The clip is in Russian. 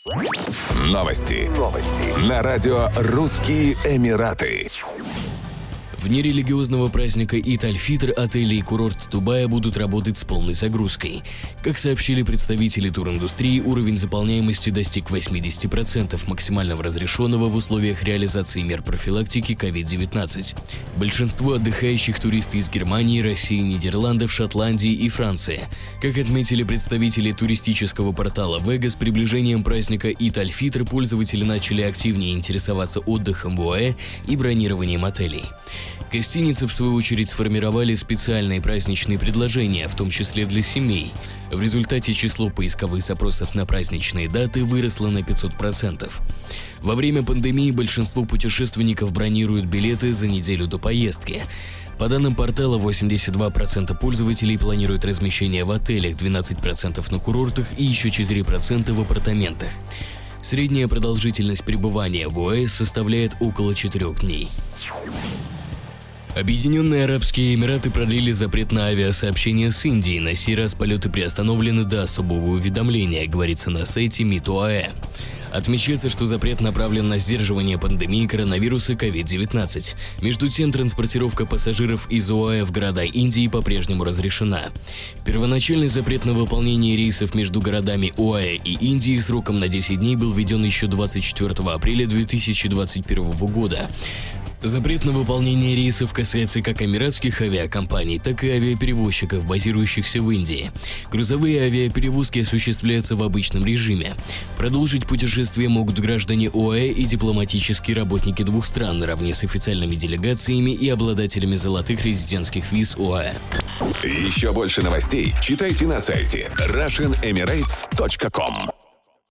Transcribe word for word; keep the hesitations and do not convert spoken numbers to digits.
Новости. Новости. На радио «Русские Эмираты». В дни религиозного праздника Ид-аль-Фитр отели и курорты Дубая будут работать с полной загрузкой. Как сообщили представители туриндустрии, уровень заполняемости достиг восемьдесят процентов максимального разрешенного в условиях реализации мер профилактики ковид девятнадцать. Большинство отдыхающих туристы из Германии, России, Нидерландов, Шотландии и Франции. Как отметили представители туристического портала Вега, с приближением праздника Ид-аль-Фитр пользователи начали активнее интересоваться отдыхом в ОАЭ и бронированием отелей. Гостиницы, в свою очередь, сформировали специальные праздничные предложения, в том числе для семей. В результате число поисковых запросов на праздничные даты выросло на пятьсот процентов. Во время пандемии большинство путешественников бронируют билеты за неделю до поездки. По данным портала, восемьдесят два процента пользователей планируют размещение в отелях, двенадцать процентов на курортах и еще четыре процента в апартаментах. Средняя продолжительность пребывания в ОАЭ составляет около четырех дней. Объединенные Арабские Эмираты продлили запрет на авиасообщение с Индией. На сей раз полеты приостановлены до особого уведомления, говорится на сайте МИД ОАЭ. Отмечается, что запрет направлен на сдерживание пандемии коронавируса ковид девятнадцать. Между тем, транспортировка пассажиров из ОАЭ в города Индии по-прежнему разрешена. Первоначальный запрет на выполнение рейсов между городами ОАЭ и Индии сроком на десять дней был введен еще двадцать четвёртого апреля две тысячи двадцать первого года. Запрет на выполнение рейсов касается как эмиратских авиакомпаний, так и авиаперевозчиков, базирующихся в Индии. Грузовые авиаперевозки осуществляются в обычном режиме. Продолжить путешествие могут граждане ОАЭ и дипломатические работники двух стран, наравне с официальными делегациями и обладателями золотых резидентских виз ОАЭ. Еще больше новостей читайте на сайте Russian Emirates точка ком.